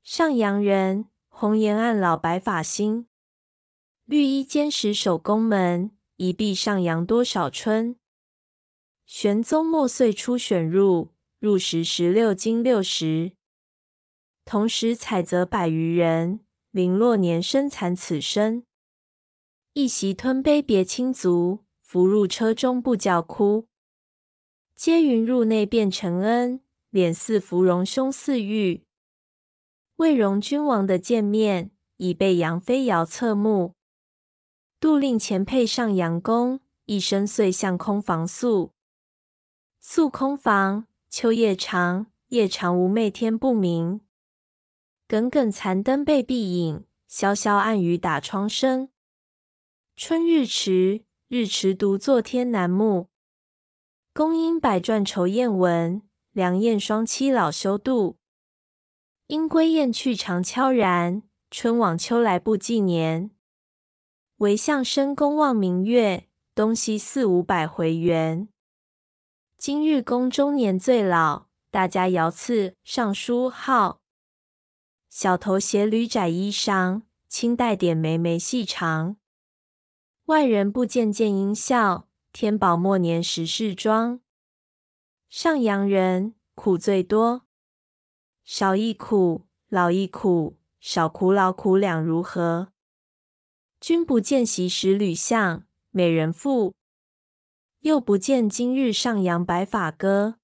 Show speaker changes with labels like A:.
A: 上阳人，红颜暗老白发新。绿衣坚实守宫门，一闭上阳多少春。玄宗末岁初选入，入时16经60。同时采择100余人，零落年生惨此生。一袭吞杯别亲族，扶入车中不叫哭。皆云入内变承恩，脸似芙蓉胸似玉。未容君王的见面，已被杨妃遥侧目。度令前配上阳宫，一生遂向空房宿。宿空房，秋夜长，夜长无寐天不明。耿耿残灯被闭影，萧萧暗雨打窗声。春日迟，日迟独坐天南木。宫阴百转愁雁闻，凉雁双栖老休度。莺归雁去常悄然，春往秋来不计年。唯向深宫望明月，东西四五百回圆。今日宫中年最老，大家遥赐尚书号。小头鞋履窄衣裳，轻带点眉眉细长。外人不见见应笑，天宝末年时世庄。上阳人，苦最多。少亦苦，老亦苦，少苦劳苦两如何？君不见昔时吕相，美人妇。又不见今日上阳白发歌。